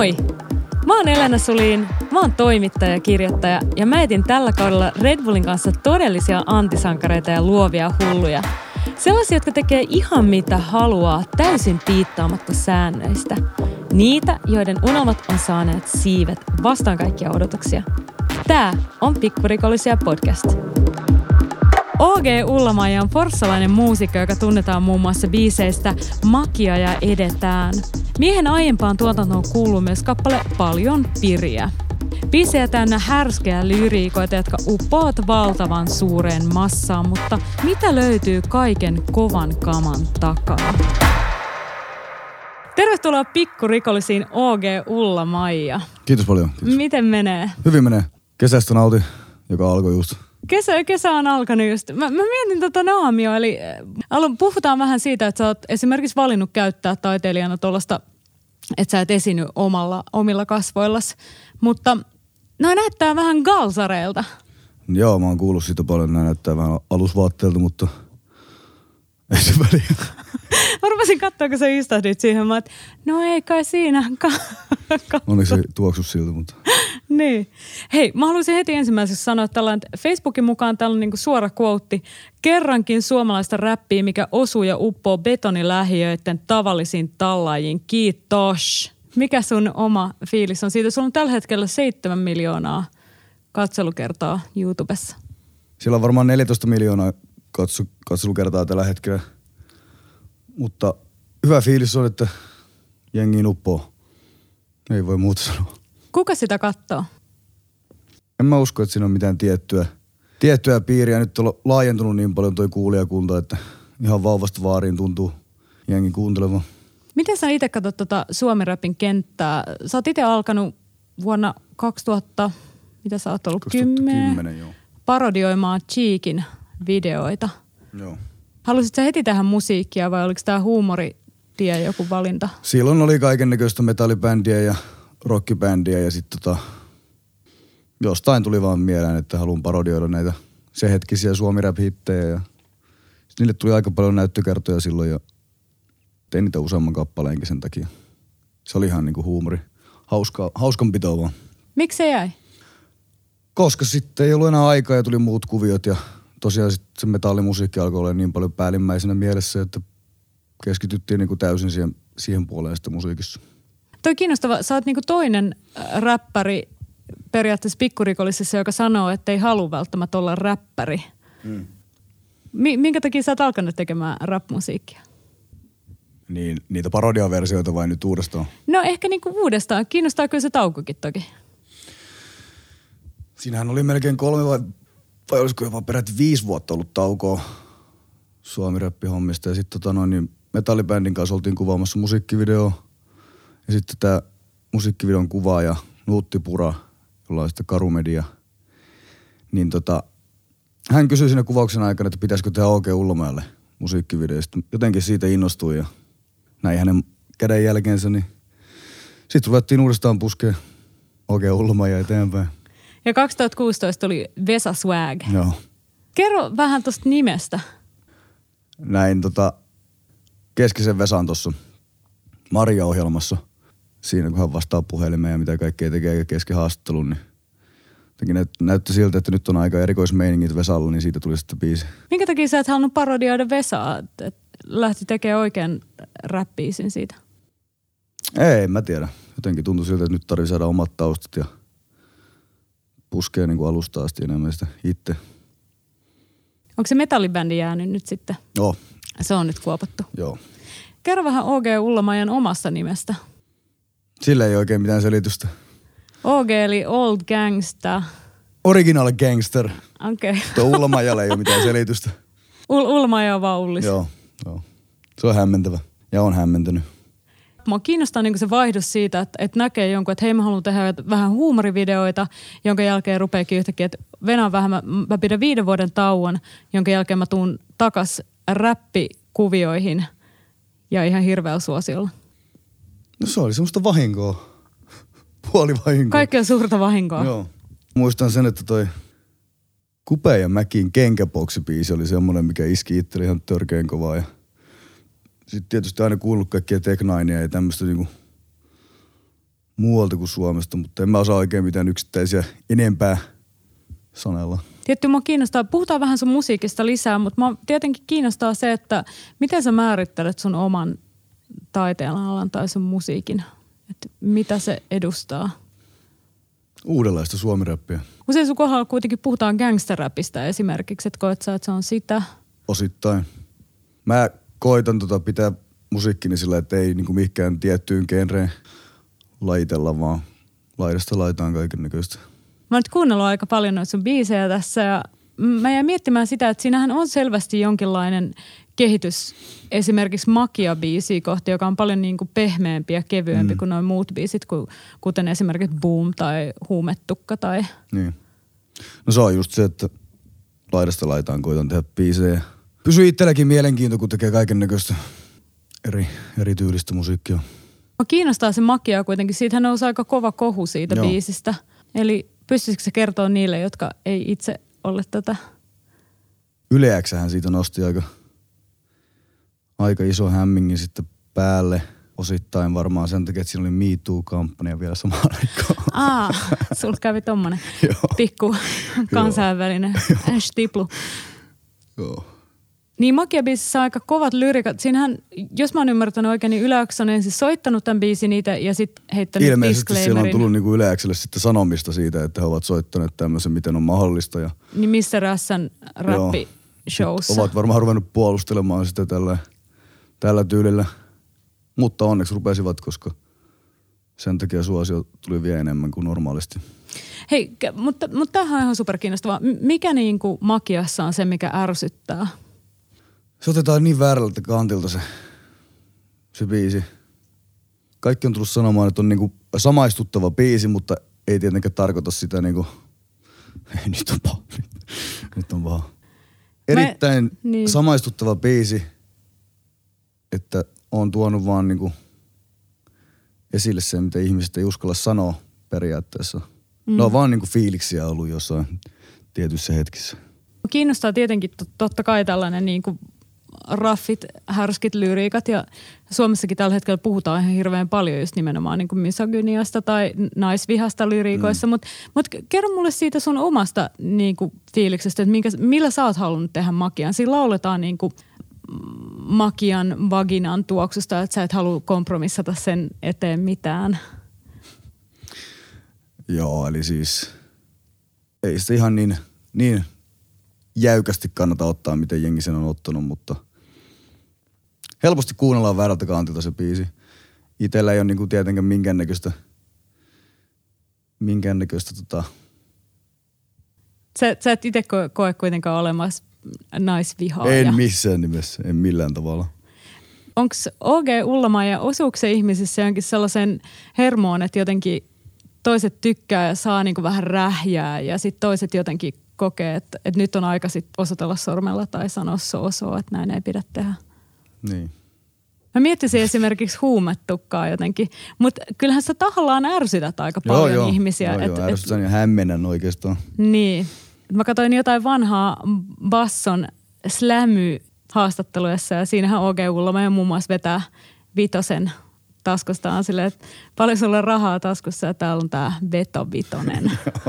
Moi! Mä oon Elena Sulin, mä oon toimittaja ja kirjoittaja ja mä etin tällä kaudella Red Bullin kanssa todellisia antisankareita ja luovia hulluja. Sellaisia, jotka tekee ihan mitä haluaa täysin piittaamatta säännöistä. Niitä, joiden unelmat on saaneet siivet vastaan kaikkia odotuksia. Tää on Pikkurikollisia podcast. OG Ullamaija on forssalainen muusikko, joka tunnetaan muun muassa biiseistä Makia ja Edetään. Miehen aiempaan tuotantoon kuuluu myös kappale Paljon piriä. Biisejä täynnä härskejä lyriikoita, jotka uppoavat valtavan suureen massaan, mutta mitä löytyy kaiken kovan kaman takaa? Tervetuloa Pikkurikollisiin OG Ullamaija. Kiitos paljon. Kiitos. Miten menee? Hyvin menee. Kesästä nautin, joka alkoi just. Kesä on alkanut just. Mä mietin naamioa, eli puhutaan vähän siitä, että sä oot esimerkiksi valinnut käyttää taiteilijana tuollaista, että sä et esiinny omilla kasvoillas, mutta nämä näyttää vähän galsareilta. Joo, mä oon kuullut siitä paljon, nämä näyttää vähän alusvaatteelta, mutta ei se väliä. Mä rupesin katsoa, kun sä istahdit siihen, että no ei kai siinä. Onneksi se tuoksu siltä, mutta... Niin. Hei, mä haluaisin heti ensimmäiseksi sanoa tällainen, että Facebookin mukaan tällainen niin kuin suora quote, kerrankin suomalaista räppiä, mikä osuu ja uppoo betonilähiöiden tavallisiin tallaajiin. Kiitos. Mikä sun oma fiilis on siitä? Sulla on tällä hetkellä 7 miljoonaa katselukertaa YouTubessa. Siellä on varmaan 14 miljoonaa katselukertaa tällä hetkellä. Mutta hyvä fiilis on, että jengiin uppoo. Ei voi muuta sanoa. Kuka sitä katsoo? En mä usko, että siinä on mitään tiettyä piiriä. Nyt on laajentunut niin paljon toi kuulijakunta, että ihan vauvasta vaariin tuntuu jengi kuuntelevan. Miten sä itse katsot Suomi-rapin kenttää? Sä oot itse alkanut vuonna 2000, mitä sä oot ollut? 2010, joo. Parodioimaan Cheekin videoita. Joo. Halusit sä heti tähän musiikkia vai oliko tää huumoritie joku valinta? Silloin oli kaikennäköistä metallibändiä ja rockibändiä ja sitten jostain tuli vaan mieleen, että haluan parodioida näitä se hetkisiä Suomi-rap-hittejä ja niille tuli aika paljon näyttökertoja silloin ja tein niitä useamman kappaleenkin sen takia. Se oli ihan niinku huumori. Hauskanpitoa vaan. Miksi se jäi? Koska sitten ei ollut enää aikaa ja tuli muut kuviot ja tosiaan sitten se metallimusiikki alkoi olla niin paljon päällimmäisenä mielessä, että keskityttiin niinku täysin siihen puoleen sitten musiikissa. Toi kiinnostava. Sä oot niinku toinen räppäri periaatteessa Pikkurikollisissa, joka sanoo, että ei halua välttämättä olla räppäri. Mm. Minkä takia sä oot alkanut tekemään rap-musiikkia? Niin, niitä parodiaversioita vai nyt uudestaan? No ehkä niinku uudestaan. Kiinnostaa kyllä se taukokin toki. Siinähän oli melkein 3 vai olisiko jopa peräti 5 vuotta ollut taukoa Suomi-räppihommista. Ja sitten niin metallibändin kanssa oltiin kuvaamassa musiikkivideoa. Ja sitten tämä musiikkivideon kuvaaja Nuutti Pura, jolla on sitten Karumedia, niin hän kysyi siinä kuvauksen aikana, että pitäisikö tehdä OG Ullamajalle musiikkivideo. Sitten jotenkin siitä innostui ja näin hänen käden jälkeensä, niin sitten ruvettiin uudestaan puskea OG Ullamaja eteenpäin. Ja 2016 tuli Vesa Swag. Joo. Kerro vähän tuosta nimestä. Näin Keskisen Vesan tuossa Maria-ohjelmassa. Siinä kun hän vastaa puhelimeen ja mitä kaikkea tekee kesken haastattelun, niin jotenkin näytti siltä, että nyt on aika erikoismeiningit Vesalla, niin siitä tuli sitten biisi. Minkä takia sä et halunnut parodioida Vesaa, että lähti tekemään oikein rap-biisin siitä? Ei, mä tiedä. Jotenkin tuntui siltä, että nyt tarvii saada omat taustat ja puskea niin kuin alusta asti enemmän sitä itse. Onko se metallibändi jäänyt nyt sitten? Joo. Se on nyt kuopattu. Joo. Kerro vähän OG Ullamaijan omasta nimestä. Sillä ei oikein mitään selitystä. OG eli Old Gangsta. Original Gangster. Okei. Okay. Tuo Ullamaijalle ei ole mitään selitystä. Ullamaija on vaan Ullis. Joo. Se on hämmentävä ja on hämmentänyt. Mua kiinnostaa niinku se vaihdos siitä, että näkee jonkun, että hei mä haluan tehdä vähän huumorivideoita, jonka jälkeen rupeekin yhtäkkiä, että venään vähän, mä pidän 5 vuoden tauon, jonka jälkeen mä tuun takas räppikuvioihin ja ihan hirveällä suosiolla. No se oli semmoista vahinkoa. Puolivahinkoa. Kaikkea suurta vahinkoa. Joo. Muistan sen, että toi Kupe ja Mäkin kenkäboksibiisi oli semmoinen, mikä iski itselle ihan törkeän kovaa. Ja sitten tietysti aina kuullut kaikkia Tech Ninea ja tämmöistä niinku muualta kuin Suomesta, mutta en mä osaa oikein mitään yksittäisiä enempää sanella. Tietty mua kiinnostaa, puhutaan vähän sun musiikista lisää, mutta mua tietenkin kiinnostaa se, että miten sä määrittelet sun oman taiteenalan tai sun musiikin, että mitä se edustaa? Uudenlaista suomiräppiä. Usein sun kohdalla kuitenkin puhutaan gangsterräpistä esimerkiksi, että koet sä, että se on sitä? Osittain. Mä koitan pitää musiikkini sillä, että ei niinku mihinkään tiettyyn genreen lajitella, vaan laidasta laitaan kaiken näköistä. Mä oon nyt kuunnellut aika paljon noita sun biisejä tässä ja mä jäin miettimään sitä, että siinähän on selvästi jonkinlainen kehitys esimerkiksi Makia-biisiä kohti, joka on paljon niin kuin pehmeämpi ja kevyempi kuin nuo muut biisit, kuten esimerkiksi Boom tai Huumetukka tai... Niin. No se on just se, että laidasta laitaan koitan tehdä biisejä. Pysyy itselläkin mielenkiinto, kun tekee kaiken näköistä eri tyylistä musiikkia. Mä kiinnostaa se Makia kuitenkin. Siitähän nousi aika kova kohu siitä biisistä. Eli pystyisikö se kertoa niille, jotka ei itse ole tätä? Yle X:hän siitä nosti aika iso hämmingin sitten päälle. Osittain varmaan sen takia, että siinä oli Me Too-kampanja vielä samaan aikaan. Sulta kävi tommonen pikku kansainvälinen stiplu. Joo. Niin Makia-biisissä on aika kovat lyrikat. Siinähän, jos mä oon ymmärtänyt oikein, niin Yle X on ensin soittanut tämän biisin itse ja sitten heittänyt ilmeisesti disclaimerin. siellä on tullut niinku Yle X:lle sitten sanomista siitä, että he ovat soittaneet tämmöisen, miten on mahdollista. Ja niin Mr. S:n räppishowssa. Ovat varmaan ruvennut puolustelemaan sitä tällä tyylillä. Mutta onneksi rupesivat, koska sen takia suosio tuli vielä enemmän kuin normaalisti. Hei, mutta tämähän on ihan superkiinnostavaa. Mikä niin kuin Makiassa on se, mikä ärsyttää? Se otetaan niin väärältä kantilta se biisi. Kaikki on tullut sanomaan, että on niinku samaistuttava biisi, mutta ei tietenkään tarkoita sitä niinku... Ei, nyt on paha. Erittäin samaistuttava biisi, että on tuonut vaan niinku esille sen, mitä ihmiset ei uskalla sanoa periaatteessa. Ne on vaan niinku fiiliksiä ollut jossain tietyissä hetkissä. Kiinnostaa tietenkin totta kai tällainen niinku raffit, härskit lyriikat ja Suomessakin tällä hetkellä puhutaan ihan hirveän paljon just nimenomaan niin kuin misogyniasta tai naisvihasta lyriikoissa, mutta kerro mulle siitä sun omasta niin kuin fiiliksestä, että millä sä oot halunnut tehdä Makian. Siinä lauletaan niin kuin Makian vaginan tuoksusta, että sä et halua kompromissata sen eteen mitään. Joo, eli siis ei sitä ihan niin jäykästi kannata ottaa, miten jengi sen on ottanut, mutta helposti kuunnellaan väärältä kantilta se biisi. Itellä ei ole niinku tietenkään minkäännäköistä Sä et itse koe kuitenkaan olemassa naisvihaa. En missään nimessä, en millään tavalla. Onko OG Ullamaa ja osuuko se ihmisissä jonkin sellaisen hermoon, että jotenkin toiset tykkää ja saa niinku vähän rähjää ja sitten toiset jotenkin kokee, että nyt on aika sit osoitella sormella tai sanoa so, että näin ei pidä tehdä. Niin. Mä miettisin esimerkiksi Huumetukkaa jotenkin, mutta kyllähän sä tahallaan ärsytät aika paljon ihmisiä. Joo, ärsytän ja hämmennän oikeastaan. Niin. Mä katsoin jotain vanhaa Basson Slämy-haastatteluessa ja siinähän OG Ullamaa muun muassa vetää vitosen taskustaan silleen, että paljon sulla on rahaa taskussa ja täällä on tää vetovitonen.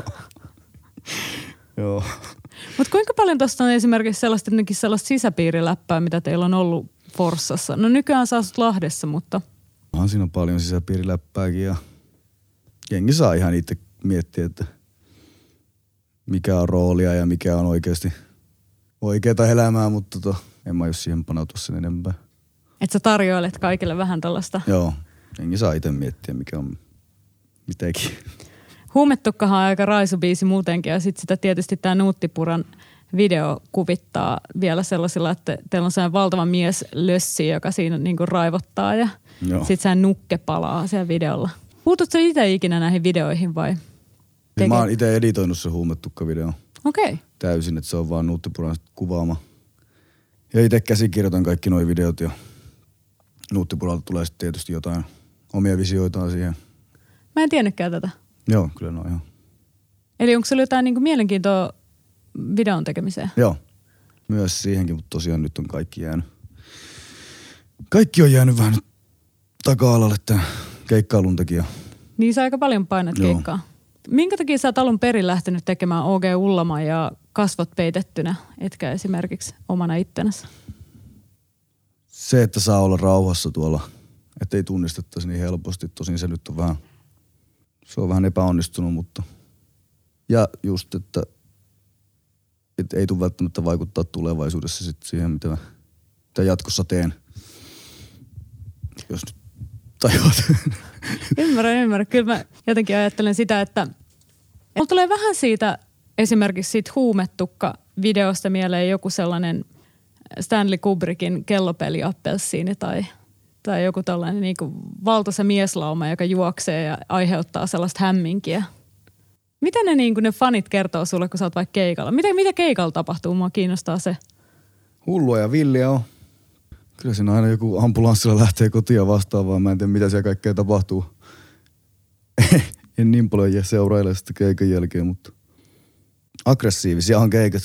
Joo. Mutta kuinka paljon tuosta on esimerkiksi sellaista sisäpiiriläppää, mitä teillä on ollut Forssassa? No nykyään sä asut Lahdessa, mutta... Siinä on paljon sisäpiiriläppääkin ja jengi saa ihan itse miettiä, että mikä on roolia ja mikä on oikeasti oikeaa elämää, mutta en mä jos siihen paneutua sen enempää. Et sä tarjoilet kaikille vähän tällaista? Joo, jengi saa itse miettiä, mikä on mitäkin. Huumetukkahan on aika raisubiisi muutenkin ja sitten sitä tietysti tämä Nuuttipuran video kuvittaa vielä sellaisilla, että teillä on sellainen valtava mies lössi, joka siinä niinku raivottaa ja sitten se nukke palaa siellä videolla. Puututko itse ikinä näihin videoihin vai? Mä oon itse editoinut se Huumetukka-video. Okei. Okay. Täysin, että se on vaan Nuuttipuran kuvaama. Ja itse käsikirjoitan kaikki nuo videot ja Nuuttipuralta tulee sitten tietysti jotain omia visioitaan siihen. Mä en tiennytkään tätä. Joo, kyllä no ihan. Eli onko sulla jotain niinku mielenkiintoa videon tekemiseen? Joo, myös siihenkin, mutta tosiaan nyt on kaikki on jäänyt vähän nyt taka-alalle tämän keikkailun takia. Niin sä aika paljon painat keikkaa. Minkä takia sä oot alun perin lähtenyt tekemään OG Ullama ja kasvot peitettynä, etkä esimerkiksi omana ittenäsi? Se, että saa olla rauhassa tuolla, ettei tunnistettaisi niin helposti. Tosin se nyt on vähän epäonnistunut, mutta... Ja just, että ei tule välttämättä vaikuttaa tulevaisuudessa sit siihen, mitä jatkossa teen. Jos nyt tajuat. Ymmärrän. Kyllä mä jotenkin ajattelen sitä, että mulla tulee vähän siitä esimerkiksi siitä huumetukka-videosta mieleen joku sellainen Stanley Kubrickin kellopeliappelsiini tai joku tällainen niin kuin valtaisa mieslauma, joka juoksee ja aiheuttaa sellaista hämminkiä. Mitä ne fanit kertoo sulle, kun sä oot vaikka keikalla? Mitä keikalla tapahtuu? Mua kiinnostaa se. Hullua ja villiä on. Kyllä siinä aina joku ambulanssilla lähtee kotia vastaavaan. Mä en tiedä, mitä siellä kaikkea tapahtuu. En niin paljon seuraile sitä keikan jälkeen, mutta aggressiivisia on keikat.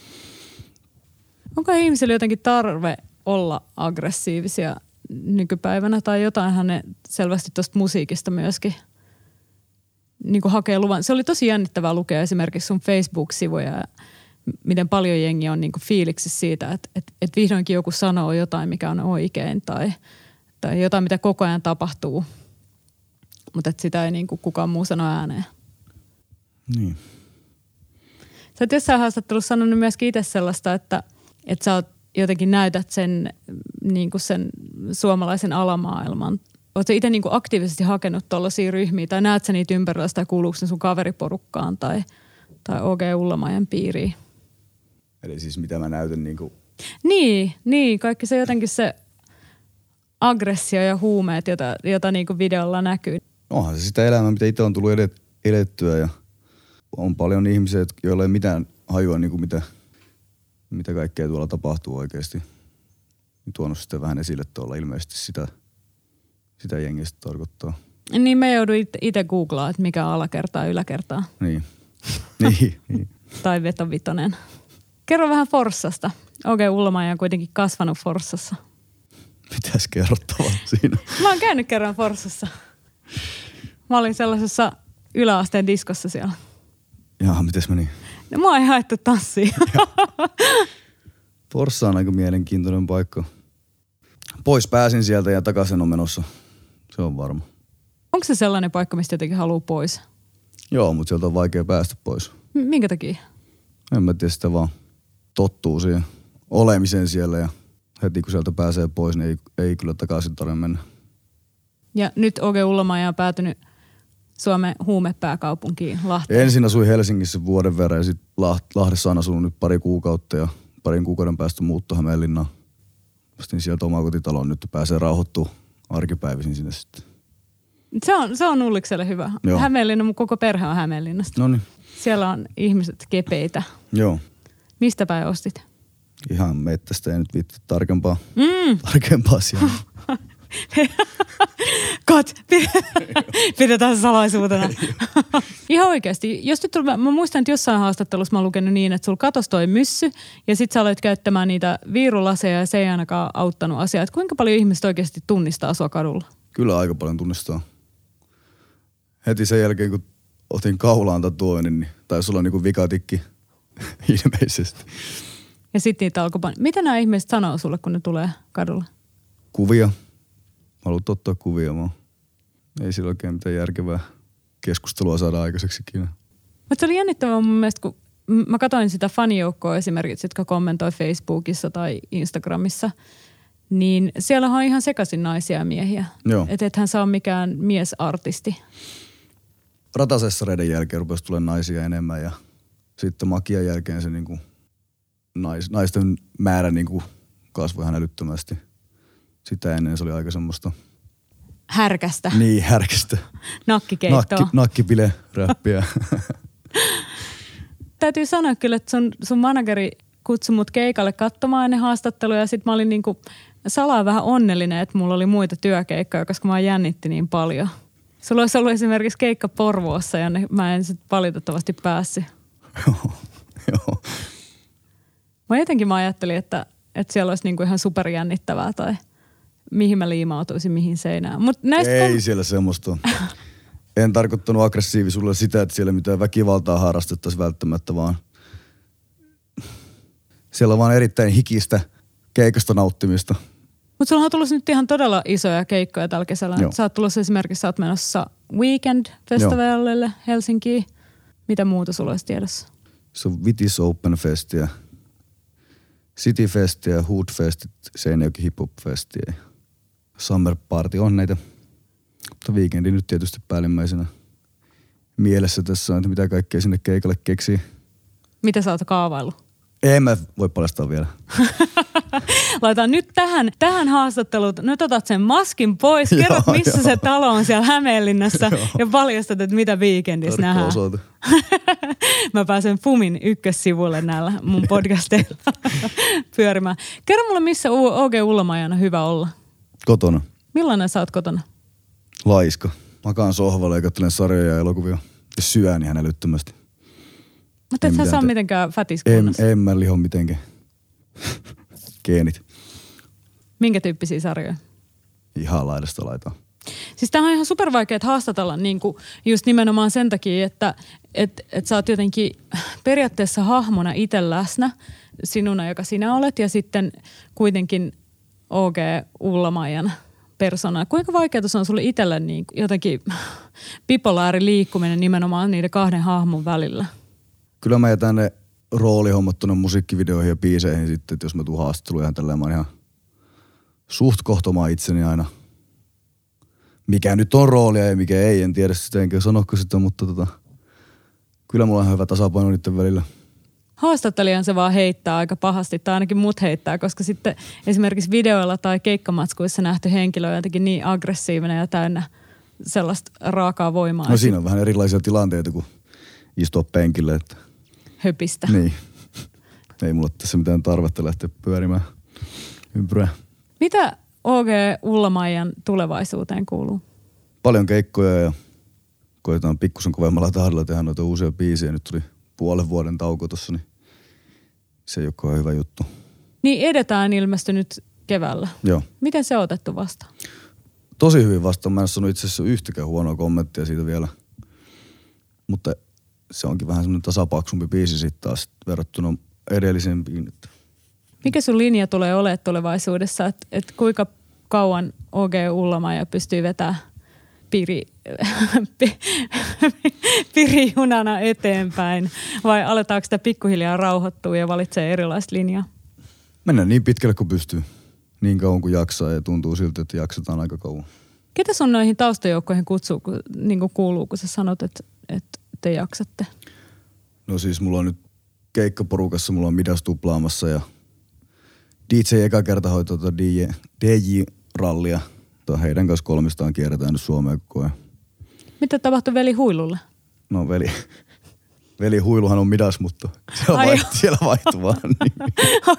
Onko ihmisillä jotenkin tarve olla aggressiivisia nykypäivänä? Tai jotainhan ne selvästi tuosta musiikista myöskin niin kuin hakee luvan. Se oli tosi jännittävää lukea esimerkiksi sun Facebook-sivuja ja miten paljon jengi on niin kuin fiiliksissä siitä, että vihdoinkin joku sanoo jotain, mikä on oikein tai jotain, mitä koko ajan tapahtuu, mutta että sitä ei niin kuin kukaan muu sano ääneen. Niin. Sä oot jossain haastattelussa sanonut myöskin itse sellaista, että sä oot jotenkin näytät sen, niin kuin sen suomalaisen alamaailman. Oot sä itse niin kuin aktiivisesti hakenut tollaisia ryhmiä tai näet sä niitä ympärillä tai kuuluuko ne sun kaveriporukkaan tai OG Ullamajan piiriin? Eli siis mitä mä näytän niinku... Niin, kaikki se jotenkin se aggressio ja huumeet, jota niinku videolla näkyy. Onhan se sitä elämää, mitä itse on tullut elettyä ja on paljon ihmisiä, joilla ei mitään hajua niinku mitä kaikkea tuolla tapahtuu oikeasti. Tuonut sitten vähän esille tuolla ilmeisesti sitä jengistä tarkoittaa. Niin mä joudun itse googlaa, että mikä on alakertaa ja yläkertaa. Niin. niin. Tai vetovitonen. Kerro vähän Forssasta. OG Ullamaja on kuitenkin kasvanut Forssassa. Mitäs kerrottavaa siinä? Mä oon käynyt kerran Forssassa. Mä olin sellaisessa yläasteen diskossa siellä. Jaa, mites meni? No mua ei haettu tanssiin. Forssa on aika mielenkiintoinen paikka. Pois pääsin sieltä ja takaisin on menossa. Se on varma. Onko se sellainen paikka, mistä jotenkin haluaa pois? Joo, mutta sieltä on vaikea päästä pois. Minkä takia? En mä tiedä, sitä vaan tottuu siihen olemiseen siellä ja heti kun sieltä pääsee pois, niin ei kyllä takaisin tarvitse mennä. Ja nyt OG Ullamaja on päätynyt Suomen huumepääkaupunkiin Lahteen. Ensin asuin Helsingissä vuoden verran ja sitten Lahdessa on asunut nyt pari kuukautta ja parin kuukauden päästä muutto Hämeenlinnaan. Sitten sieltä omakotitaloon nyt pääsee rauhoittumaan arkipäivisin sinne sitten. Se on Ullikselle hyvä. Joo. Hämeenlinna, mun koko perhe on Hämeenlinnasta. Noniin. Siellä on ihmiset kepeitä. Joo. Mistä päin ostit? Ihan mettästä, ei nyt viitti tarkempaa siellä. Pidetään se salaisuutena. Ihan oikeasti. Jos nyt mä muistan, että jossain haastattelussa mä oon lukenut niin, että sulla katosi toi myssy ja sit sä aloit käyttämään niitä viirulaseja ja se ei ainakaan auttanut asiaa. Et kuinka paljon ihmiset oikeasti tunnistaa sua kadulla? Kyllä aika paljon tunnistaa. Heti sen jälkeen, kun otin kaulaan tatuoinnin, niin taisi olla niinku vikatikki ilmeisesti. Ja sitten niitä alkoi mitä nämä ihmiset sanoo sulle, kun ne tulee kadulla? Kuvia. Haluat ottaa kuvia vaan. Ei sillä oikein mitään järkevää keskustelua saada aikaiseksi ikinä. Mutta se oli jännittävää mun mielestä, kun mä katsoin sitä fanijoukkoa esimerkiksi, jotka kommentoi Facebookissa tai Instagramissa, niin siellä on ihan sekaisin naisia ja miehiä. Että ethän saa mikään miesartisti. Ratasessareiden jälkeen rupesi tulemaan naisia enemmän ja sitten Makian jälkeen se niinku naisten määrä niinku kasvoi ihan älyttömästi. Sitä ennen se oli aika semmoista... Härkästä. Niin, härkästä. Nakkikeittoa. Nakkipile, räppiä. Täytyy sanoa kyllä, että sun manageri kutsui mut keikalle katsomaan ennen haastattelua ja sit mä olin niinku salaa vähän onnellinen, että mulla oli muita työkeikkoja, koska mä jännitti niin paljon. Sulla olisi ollut esimerkiksi keikka Porvoossa ja mä en sit valitettavasti päässyt. Joo. Mä ajattelin, että siellä olisi niinku ihan superjännittävää tai mihin mä liimautuisin, mihin seinään. Ei siellä semmoista. En tarkoittanut aggressiivisuudella sitä, että siellä mitään väkivaltaa harrastettaisiin välttämättä, vaan siellä on vaan erittäin hikistä keikasta nauttimista. Mutta sulla on tullut nyt ihan todella isoja keikkoja tällä kesällä. Joo. Sä oot tulossa esimerkiksi, sä oot menossa Weekend-festivaalille Helsinkiin. Mitä muuta sulla olisi tiedossa? Se on Vitis Open Festia, City Festia, Hood Festit, Seinäjoki Hip Hop Festia. Summer Party on näitä. Mutta Weekendi nyt tietysti päällimmäisenä mielessä tässä on, että mitä kaikkea sinne keikalle keksii. Mitä sä oot kaavaillut? En mä voi paljastaa vielä. Laitaan nyt tähän haastatteluun. Nyt otat sen maskin pois, kerrot missä se talo on siellä Hämeenlinnassa ja paljastat, että mitä Weekendissä nähdään. Osoite. Mä pääsen FUMin ykkössivulle näillä mun podcasteilla pyörimään. Kerro mulle, missä OG Ullamajan on hyvä olla? Kotona. Millainen sä oot kotona? Laiska. Makaan sohvalla ja katselen sarjoja ja elokuvia. Ja syön ihan älyttömästi. Mutta et sä saa mitenkään fatiskunnassa. En mä liho mitenkään. Geenit. Minkä tyyppisiä sarjoja? Ihan laidasta laitaan. Siis tää on ihan supervaikeet haastatella niinku just nimenomaan sen takia, että sä oot jotenkin periaatteessa hahmona itse läsnä sinuna, joka sinä olet, ja sitten kuitenkin OG Ullamajan persona. Kuinka vaikeaa se on sulle itselle niin jotenkin bipolaari liikkuminen nimenomaan niiden kahden hahmon välillä? Kyllä mä jätän ne roolihommat tuonne musiikkivideoihin ja biiseihin sitten, että jos mä tuun haastatteluun ihan tälleen, mä oon ihan suht kohtomaan itseni aina. Mikä nyt on roolia ja mikä ei, en tiedä sitä, enkä sanokko sitä, mutta kyllä mulla on hyvä tasapaino niiden välillä. Haastattelijan se vaan heittää aika pahasti, tai ainakin mut heittää, koska sitten esimerkiksi videoilla tai keikkamatskuissa nähty henkilö on jotenkin niin aggressiivinen ja täynnä sellaista raakaa voimaa. No siinä on vähän erilaisia tilanteita kuin istua penkille. Että höpistä. Niin. Ei mulla tässä mitään tarvetta lähteä pyörimään ympyrää. Mitä OG Ullamajan tulevaisuuteen kuuluu? Paljon keikkoja ja koetaan pikkusen kovemmalla tahdilla tehdä noita uusia biisejä. Nyt tuli puolen vuoden tauko tossa, niin se ei olekaan hyvä juttu. Niin Edetään ilmestynyt keväällä. Joo. Miten se on otettu vastaan? Tosi hyvin vastaan. Mä en sanonut itse asiassa yhtäkään huonoa kommenttia siitä vielä. Mutta se onkin vähän semmoinen tasapaksumpi biisi sitten taas verrattuna edellisempiin. Mikä sun linja tulee olemaan tulevaisuudessa? Että kuinka kauan OG Ullamaja pystyy vetämään pirijunana eteenpäin? Vai aletaanko sitä pikkuhiljaa rauhoittua ja valitsee erilaista linjaa? Mennään niin pitkälle kuin pystyy. Niin kauan kuin jaksaa ja tuntuu siltä, että jaksetaan aika kauan. Ketä sun noihin taustajoukkoihin kutsuu, niin kuin kuuluu, kun sä sanot, että te jaksatte? No siis mulla on nyt keikkaporukassa, mulla on Midas tuplaamassa ja DJ eka kerta hoitaa DJ-rallia. Heidän kanssa kolmistaan kierretään nyt Suomea koko ajan. Mitä tapahtui Veli Huilulle? No Veli Huiluhan on Midas, mutta siellä vaihtuu vaan nimi.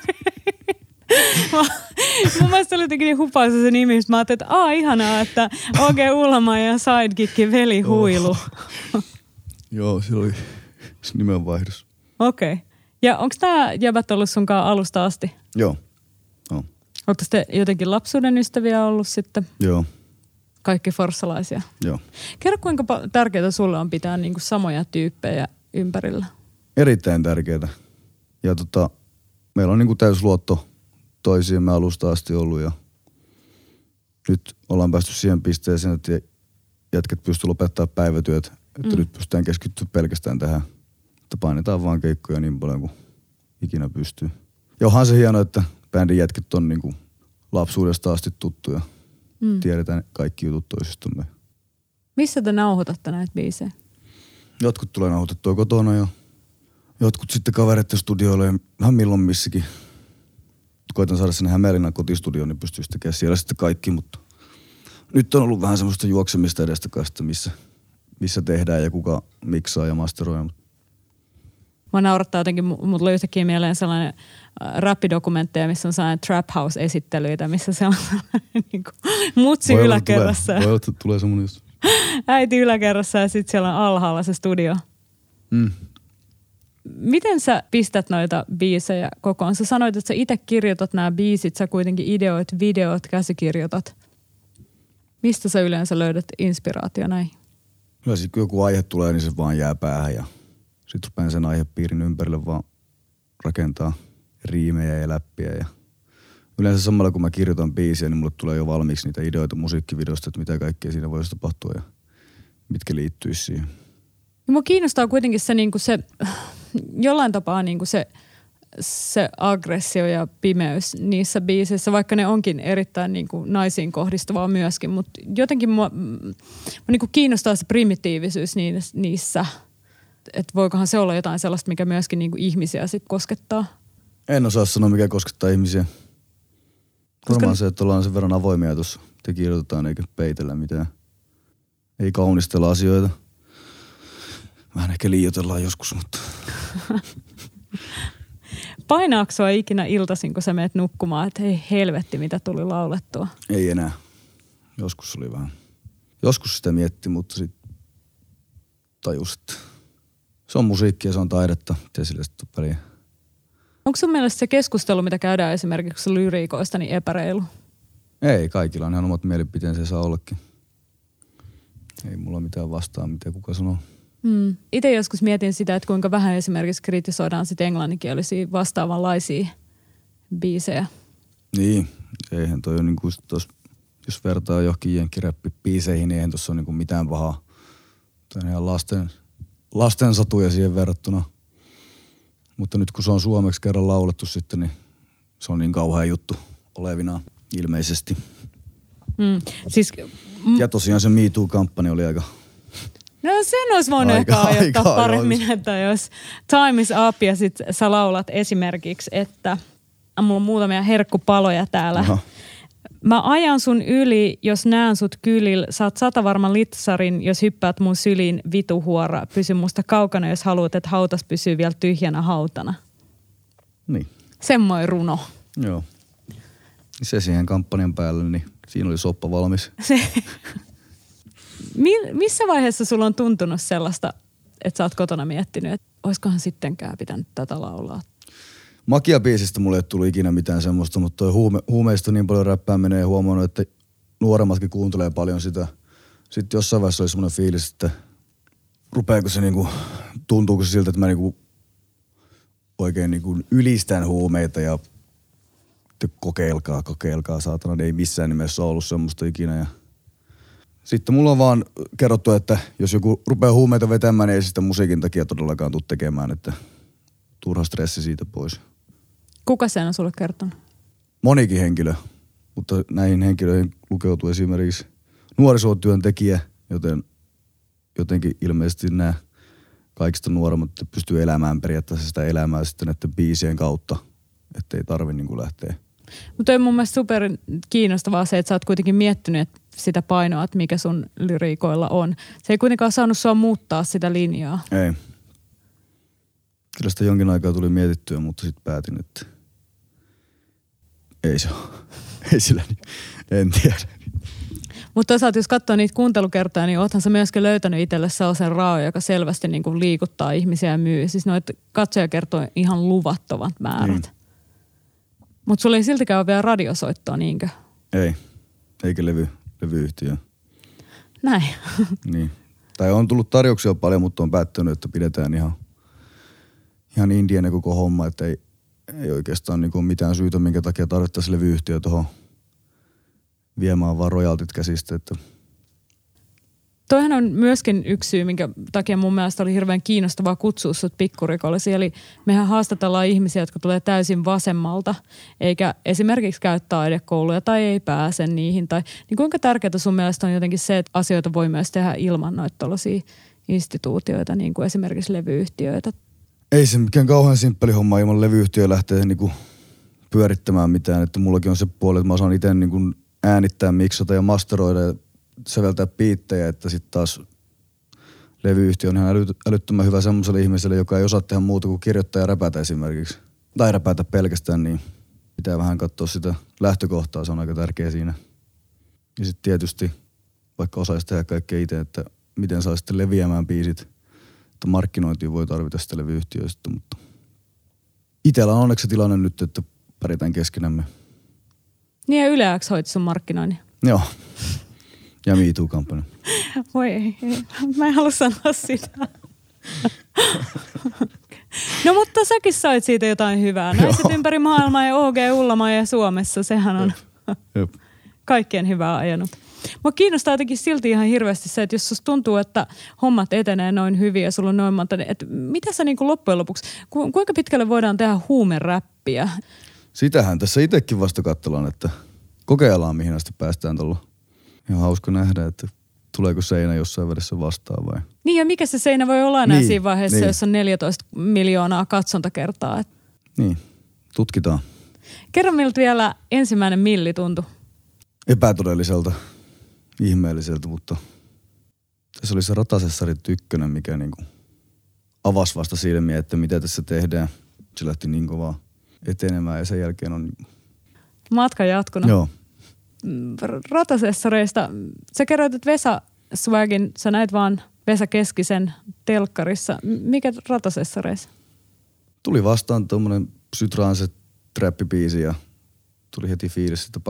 Mun mielestä se oli jotenkin niin hupaisa se nimi, mä ajattelin, että ihanaa, että OG Ullamajan sidekicki Veli Huilu. Joo, sillä oli nimenvaihdos. Okei. Ja onko tää jäbät ollut sunkaan alusta asti? Joo. Oletko te jotenkin lapsuuden ystäviä ollut sitten? Joo. Kaikki forssalaisia? Joo. Kerro, kuinka tärkeää sulle on pitää niinku samoja tyyppejä ympärillä? Erittäin tärkeää. Ja meillä on niinku täysluotto toisiimme alusta asti ollut ja nyt ollaan päästy siihen pisteeseen, että jätket pystyy lopettamaan päivätyöt, että nyt pystytään keskittyä pelkästään tähän. Että painetaan vaan keikkoja niin paljon kuin ikinä pystyy. Ja onhan se hienoa, että bändin jätket on niinku lapsuudesta asti tuttuja. Tiedetään kaikki jutut toisistamme. Missä te nauhoitatte näitä biisejä? Jotkut tulee nauhoitettua kotona ja jotkut sitten kavereiden studioille ja vähän milloin missäkin. Koitan saada sinne Hämeenlinnan kotistudioon, niin pystyisi tekemään siellä sitten kaikki, mutta nyt on ollut vähän semmoista juoksemista edestakasta, missä tehdään ja kuka miksaa ja masteroi. Mä naurattaa jotenkin, mut tuli yhtäkkiä mieleen sellainen rappidokumentteja, missä on sellainen Trap House-esittelyitä, missä se on niin kuin mutsi yläkerrassa. Voi olla, että tulee semmoinen just. Äiti yläkerrassa ja sitten siellä on alhaalla se studio. Miten sä pistät noita biisejä kokoon? Sä sanoit, että sä itse kirjoitat nämä biisit, sä kuitenkin ideoit, videot, käsikirjoitat. Mistä sä yleensä löydät inspiraatio näihin? Kyllä sitten kun joku aihe tulee, niin se vaan jää päähän ja sitten rupean sen aihepiirin ympärille vaan rakentaa riimejä ja läppiä. Ja yleensä samalla kun mä kirjoitan biisiä, niin mulle tulee jo valmiiksi niitä ideoita musiikkivideosta, että mitä kaikkea siinä voisi tapahtua ja mitkä liittyisi siihen. Ja mua kiinnostaa kuitenkin se, niin kuin se jollain tapaa niin kuin se aggressio ja pimeys niissä biiseissä, vaikka ne onkin erittäin niin kuin naisiin kohdistuvaa myöskin, mutta jotenkin mua niin kuin kiinnostaa se primitiivisyys niissä, että voikohan se olla jotain sellaista, mikä myöskin niin kuin ihmisiä sit koskettaa. En osaa sanoa, mikä koskettaa ihmisiä. Varmaan se, että ollaan sen verran avoimia tuossa, te kirjoitetaan eikä peitellä mitään. Ei kaunistella asioita. Vähän ehkä liioitellaan joskus, mutta... Painaako sua ikinä iltaisin, kun sä menet nukkumaan, että hei helvetti, mitä tuli laulettua? Ei enää. Joskus oli vähän. Joskus sitä mietti, mutta sitten tajus, että se on musiikkia, se on taidetta. Miten sille sitten on väliä? Onko sun mielestä se keskustelu, mitä käydään esimerkiksi lyriikoista, niin epäreilu? Ei, kaikilla on ihan omat mielipiteensä, saa ollakin. Ei mulla mitään vastaa, mitä kuka sanoo. Itse joskus mietin sitä, että kuinka vähän esimerkiksi kritisoidaan sit englanninkielisiä vastaavanlaisia biisejä. Niin, eihän toi ole niinku, jos vertaa johonkin jenkkiräppibiiseihin, niin eihän tuossa ole niinku mitään pahaa. Tämä on ihan lasten satuja siihen verrattuna. Mutta nyt kun se on suomeksi kerran laulettu sitten, niin se on niin kauhea juttu olevinaan ilmeisesti. Ja tosiaan se Me Too-kampanja oli aika... No sen olisi voinut ehkä ajattaa paremmin, että jos Time is up ja sit sä laulat esimerkiksi, että mulla on muutamia herkkupaloja täällä. Aha. Mä ajan sun yli, jos näen sut kylillä. Saat 100 varman litsarin, jos hyppäät mun syliin vituhuora. Pysy musta kaukana, jos haluat, että hautas pysyy vielä tyhjänä hautana. Niin. Semmoinen runo. Joo. Se siihen kampanjan päälle, niin siinä oli soppa valmis. Missä vaiheessa sulla on tuntunut sellaista, että sä oot kotona miettinyt, että olisikohan sittenkään pitänyt tätä laulaa? Makia-biisistä mulle ei tullut ikinä mitään semmoista, mutta toi huumeista niin paljon räppää menee ja huomannut, että nuoremmatkin kuuntelee paljon sitä. Sitten jossain vaiheessa oli semmoinen fiilis, että rupeako se niinku, tuntuuko se siltä, että mä niinku oikein niinku ylistän huumeita ja kokeilkaa saatana. Ei missään nimessä ollut semmoista ikinä ja sitten mulla on vaan kerrottu, että jos joku rupeaa huumeita vetämään, niin ei sitä musiikin takia todellakaan tule tekemään, että turha stressi siitä pois. Kuka sen on sulle kertonut? Monikin henkilö, mutta näihin henkilöihin lukeutuu esimerkiksi nuorisotyöntekijä, joten jotenkin ilmeisesti nämä kaikista nuoremmat pystyy elämään periaatteessa sitä elämää sitten näiden biisien kautta, ettei tarvi niin kuin lähteä. Mutta on mun mielestä super kiinnostavaa se, että sä oot kuitenkin miettinyt sitä painoa, että mikä sun lyriikoilla on. Se ei kuitenkaan saanut sua muuttaa sitä linjaa. Ei. Kyllä sitä jonkin aikaa tuli mietittyä, mutta sitten päätin, että ei se ole. Ei sillä niin. En tiedä. Mutta toisaalta jos katsoo niitä kuuntelukertoja, niin oothan sä myöskin löytänyt itselle sellaisen raon, joka selvästi niin kuin liikuttaa ihmisiä ja myy. Siis noita katsojakertoja ihan luvattomat määrät. Mutta sulla ei siltikään ole vielä radiosoittoa, niinkö? Ei, eikä levyyhtiö. Näin. Niin. Tai on tullut tarjouksia paljon, mutta on päättänyt, että pidetään ihan indien koko homma, että ei oikeastaan niinku mitään syytä, minkä takia tarvittaisiin levyyhtiö tuohon viemään vaan royaltit käsistä. Että. Toihan on myöskin yksi syy, minkä takia mun mielestä oli hirveän kiinnostavaa kutsua sut pikkurikollisi. Eli mehän haastatellaan ihmisiä, jotka tulee täysin vasemmalta, eikä esimerkiksi käy taidekouluja tai ei pääse niihin. Tai, niin kuinka tärkeää sun mielestä on jotenkin se, että asioita voi myös tehdä ilman noita tuollaisia instituutioita, niin kuin esimerkiksi levyyhtiöitä? Ei se mikään kauhean simppeli homma ilman levyyhtiö lähtee niinku pyörittämään mitään. Että mullakin on se puoli, että mä osaan itse niinku äänittää, miksata ja masteroida ja säveltää biittejä, että sitten taas levyyhtiö on ihan älyttömän hyvä semmoiselle ihmiselle, joka ei osaa tehdä muuta kuin kirjoittaa ja räpätä esimerkiksi. Tai räpätä pelkästään, niin pitää vähän katsoa sitä lähtökohtaa, se on aika tärkeä siinä. Ja sitten tietysti, vaikka osaisi tehdä kaikkea itse, että miten saa sitten leviämään biisit, että markkinointiin voi tarvita sitä levyyhtiöistä, mutta itsellä on onneksi tilanne nyt, että pärjätään keskenämme. Niin ja Yle X hoiti sun markkinoinnin. Joo. Ja Me Too-kampanja. Voi ei, mä en halua sanoa sitä. No mutta säkin sait siitä jotain hyvää. Naiset ympäri maailmaa ja OG Ullamaa ja Suomessa, sehän on Jep. kaikkien hyvää ajanut. Mua kiinnostaa jotenkin silti ihan hirveästi se, että jos susta tuntuu, että hommat etenee noin hyvin ja sulla on noin monta, että mitä sä niin kuin loppujen lopuksi, kuinka pitkälle voidaan tehdä huumeräppiä? Sitähän tässä itsekin vasta katsellaan, että kokeillaan mihin asti päästään tuolla. Ihan hauska nähdä, että tuleeko seinä jossain välissä vastaan vai? Niin ja mikä se seinä voi olla enää niin, siinä vaiheessa, niin. jos on 14 miljoonaa katsontakertaa? Niin, tutkitaan. Kerro miltä vielä ensimmäinen milli tuntui. Epätodelliselta, ihmeelliseltä, mutta tässä oli se Ratasessarit 1, mikä niinku avasi vasta silmiä, että mitä tässä tehdään. Se lähti niin kovaa etenemään ja sen jälkeen on... Matka jatkunut. Joo. Ratasessareista, sä kerroit, että Vesa Swagin, sä näit vaan Vesa Keskisen telkkarissa. Mikä Ratasessareissa? Tuli vastaan tommonen Psytrance trappibiisi ja tuli heti fiilis, että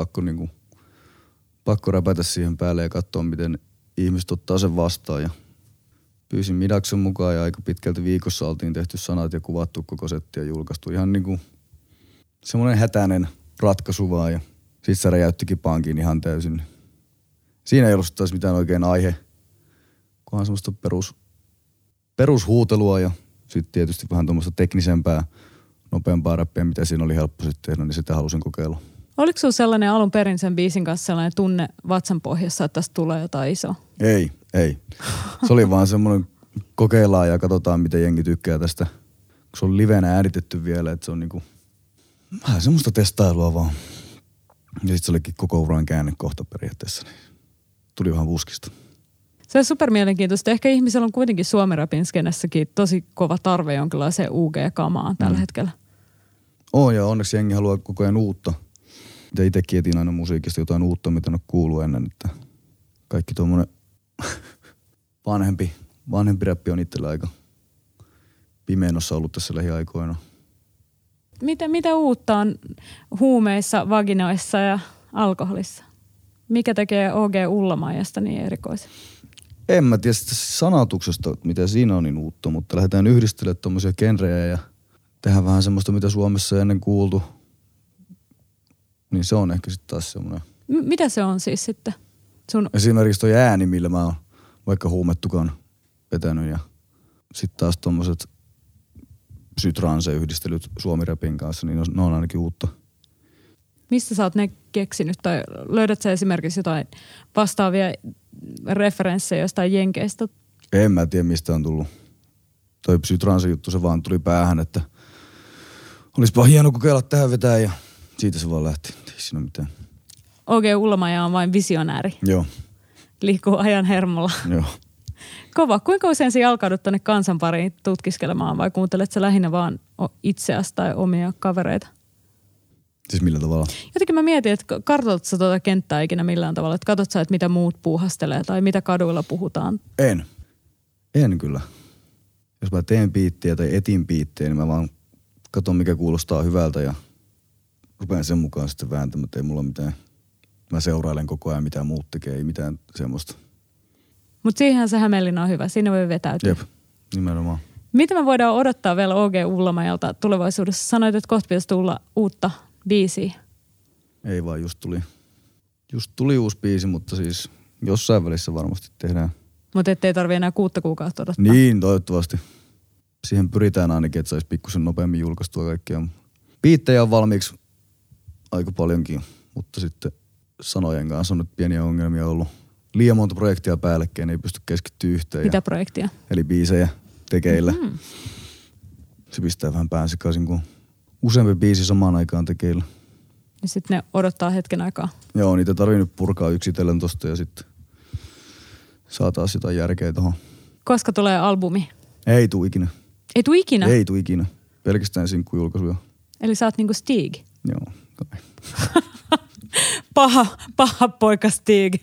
pakko räpätä siihen päälle ja katsoa, miten ihmiset ottaa sen vastaan. Ja pyysin Midaksen mukaan ja aika pitkälti viikossa oltiin tehty sanat ja kuvattu koko setti ja julkaistu. Ihan niinku semmoinen hätäinen ratkaisu vaan ja sit se räjäyttikin pankin ihan täysin. Siinä ei ollut taas mitään oikein aihe, kunhan semmoista perushuutelua ja sitten tietysti vähän tuommoista teknisempää, nopeampaa räppiä, mitä siinä oli helppo sitten tehdä, niin sitä halusin kokeilla. Oliko sinulla sellainen alun perin sen biisin kanssa sellainen tunne vatsan pohjassa, että tästä tulee jotain isoa? Ei. Se oli vaan semmoinen kokeillaan ja katsotaan, miten jengi tykkää tästä. Kun se on livenä äänitetty vielä, että se on niinku vähän semmoista testailua vaan. Ja sitten se olikin koko uran käänne kohta periaatteessa. Niin tuli vähän puskista. Se on supermielenkiintoista. Ehkä ihmisellä on kuitenkin suomi-rapin skenessäkin tosi kova tarve jonkinlaiseen UG-kamaan tällä hetkellä. On ja onneksi jengi haluaa koko ajan uutta. Ja itsekin etin aina musiikista jotain uutta, mitä en ole kuullut ennen. Että kaikki tuommoinen vanhempi räppi on itsellä aika pimeenossa ollut tässä lähiaikoina. Mitä uutta on huumeissa, vaginoissa ja alkoholissa? Mikä tekee OG Ullamaajasta niin erikoisen? En mä tiedä sitä sanatuksesta, mitä siinä on niin uutta, mutta lähdetään yhdistelemään tommosia genrejä ja tehdään vähän semmoista, mitä Suomessa ei ennen kuultu. Niin se on ehkä sitten taas semmoinen. Mitä se on siis sitten? Esimerkiksi toi ääni, millä mä oon vaikka huumettukaan vetänyt ja sitten taas tommoset Psytrance-yhdistelyt Suomi-rapin kanssa, niin ne on ainakin uutta. Mistä sä oot ne keksinyt? Tai löydät sä esimerkiksi jotain vastaavia referenssejä jostain jenkeistä? En mä tiedä, mistä on tullut. Toi Psytrance-juttu, se vaan tuli päähän, että olispa hieno kokeilla tähän vetää ja siitä se vaan lähti. Ei siinä ole mitään. OG Ullamaaja on vain visionääri. Joo. Liikkuu ajan hermolla. Joo. Kova. Kuinka usein sä jalkaudut tonne kansan pariin tutkiskelemaan vai kuuntelet sä lähinnä vaan itseäsi tai omia kavereita? Siis millä tavalla? Jotenkin mä mietin, että kartoitat sä tuota kenttää ikinä millään tavalla, että katsot sä, että mitä muut puuhastelee tai mitä kaduilla puhutaan? En kyllä. Jos mä teen biittiä tai etin biittiä, niin mä vaan katson mikä kuulostaa hyvältä ja rupean sen mukaan sitten vääntämään, että ei mulla mitään. Mä seurailen koko ajan mitä muut tekee, ei mitään semmoista. Mutta siihen se Hämeenlinna on hyvä, siinä voi vetäytyä. Jep, nimenomaan. Mitä me voidaan odottaa vielä OG Ullamajalta tulevaisuudessa? Sanoit, että kohta pitäisi tulla uutta biisiä. Ei vaan, just tuli uusi biisi, mutta siis jossain välissä varmasti tehdään. Mutta ettei tarvitse enää 6 kuukautta odottaa. Niin, toivottavasti. Siihen pyritään ainakin, että saisi pikkusen nopeammin julkaistua kaikkea. Biittejä on valmiiksi aika paljonkin, mutta sitten sanojen kanssa on nyt pieniä ongelmia ollut. Liian monta projektia päällekkäin, ei pysty keskittyä yhteen. Mitä projektia? Eli biisejä tekeillä. Mm-hmm. Se pistää vähän pään sekaisin, kun useampi biisi samaan aikaan tekeillä. Ja sitten ne odottaa hetken aikaa. Joo, niitä tarvii nyt purkaa yksitellen tosta ja sitten saa taas jotain järkeä tohon. Koska tulee albumi? Ei tuu ikinä. Ei tuu ikinä? Ei tuu ikinä. Pelkästään sinkkujulkaisuja. Eli sä oot niinku Stig? Joo, kai. paha poika Stig.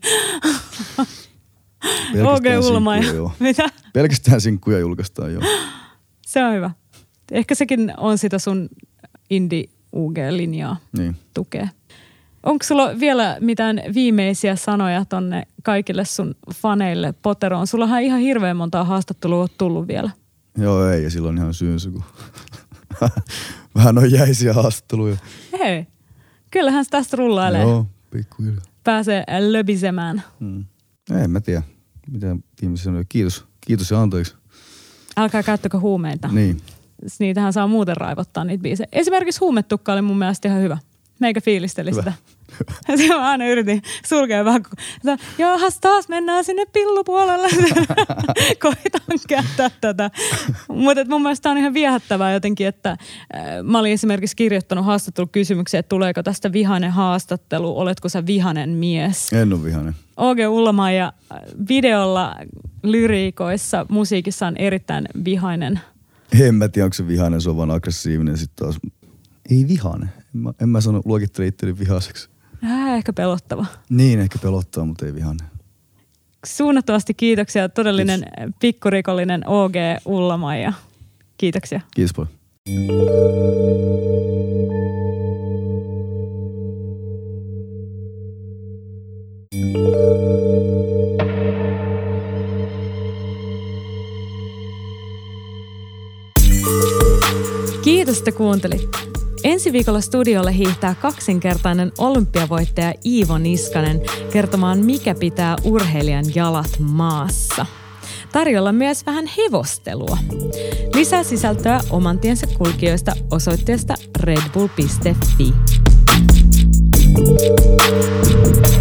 OG Ullamaja. Mitä? Pelkästään sinkkuja julkaistaan, joo. Se on hyvä. Ehkä sekin on sitä sun indie UG-linjaa niin. tukee. Onko sulla vielä mitään viimeisiä sanoja tonne kaikille sun faneille poteroon? Sullahan ihan hirveän montaa haastattelua on tullut vielä. Joo, ei. Ja silloin ihan syynsä, kun vähän on jäisiä haastatteluja. Hei, kyllähän se tästä rullailee. Joo, pikkuhiljaa. Pääsee löbisemään. En mä tiedä. Mitä viimeisiä sanoja. Kiitos ja anteeksi. Älkää käyttäkö huumeita. Niin. Niitähän saa muuten raivottaa niitä biisejä. Esimerkiksi Huumetukka oli mun mielestä ihan hyvä. Meikä fiilisteli sitä. Se mä aina yritin sulkea vähän, kun johas taas mennään sinne pillupuolelle. Koitan käyttää tätä. Mutta mun mielestä tää on ihan viehättävää jotenkin, että mä olin esimerkiksi kirjoittanut haastattelukysymyksiä, että tuleeko tästä vihainen haastattelu, oletko sä vihainen mies? En ole vihainen. O.G. Ullamaija videolla, lyriikoissa, musiikissa on erittäin vihainen. En mä tiedä, onko se vihainen, se on vaan aggressiivinen sitten taas. Ei vihainen. En mä sano, luokittele itseni vihaiseksi. Ehkä pelottava. Niin, ehkä pelottaa, mutta ei vihainen. Suunnattomasti kiitoksia. Todellinen pikkurikollinen O.G. Ullamaija. Kiitoksia. Kiitos paljon. Kiitos, että kuuntelitte. Ensi viikolla studiolle hiihtää kaksinkertainen olympiavoittaja Iivo Niskanen kertomaan, mikä pitää urheilijan jalat maassa. Tarjolla myös vähän hevostelua. Lisää sisältöä oman tiensä kulkijoista osoitteesta redbull.fi.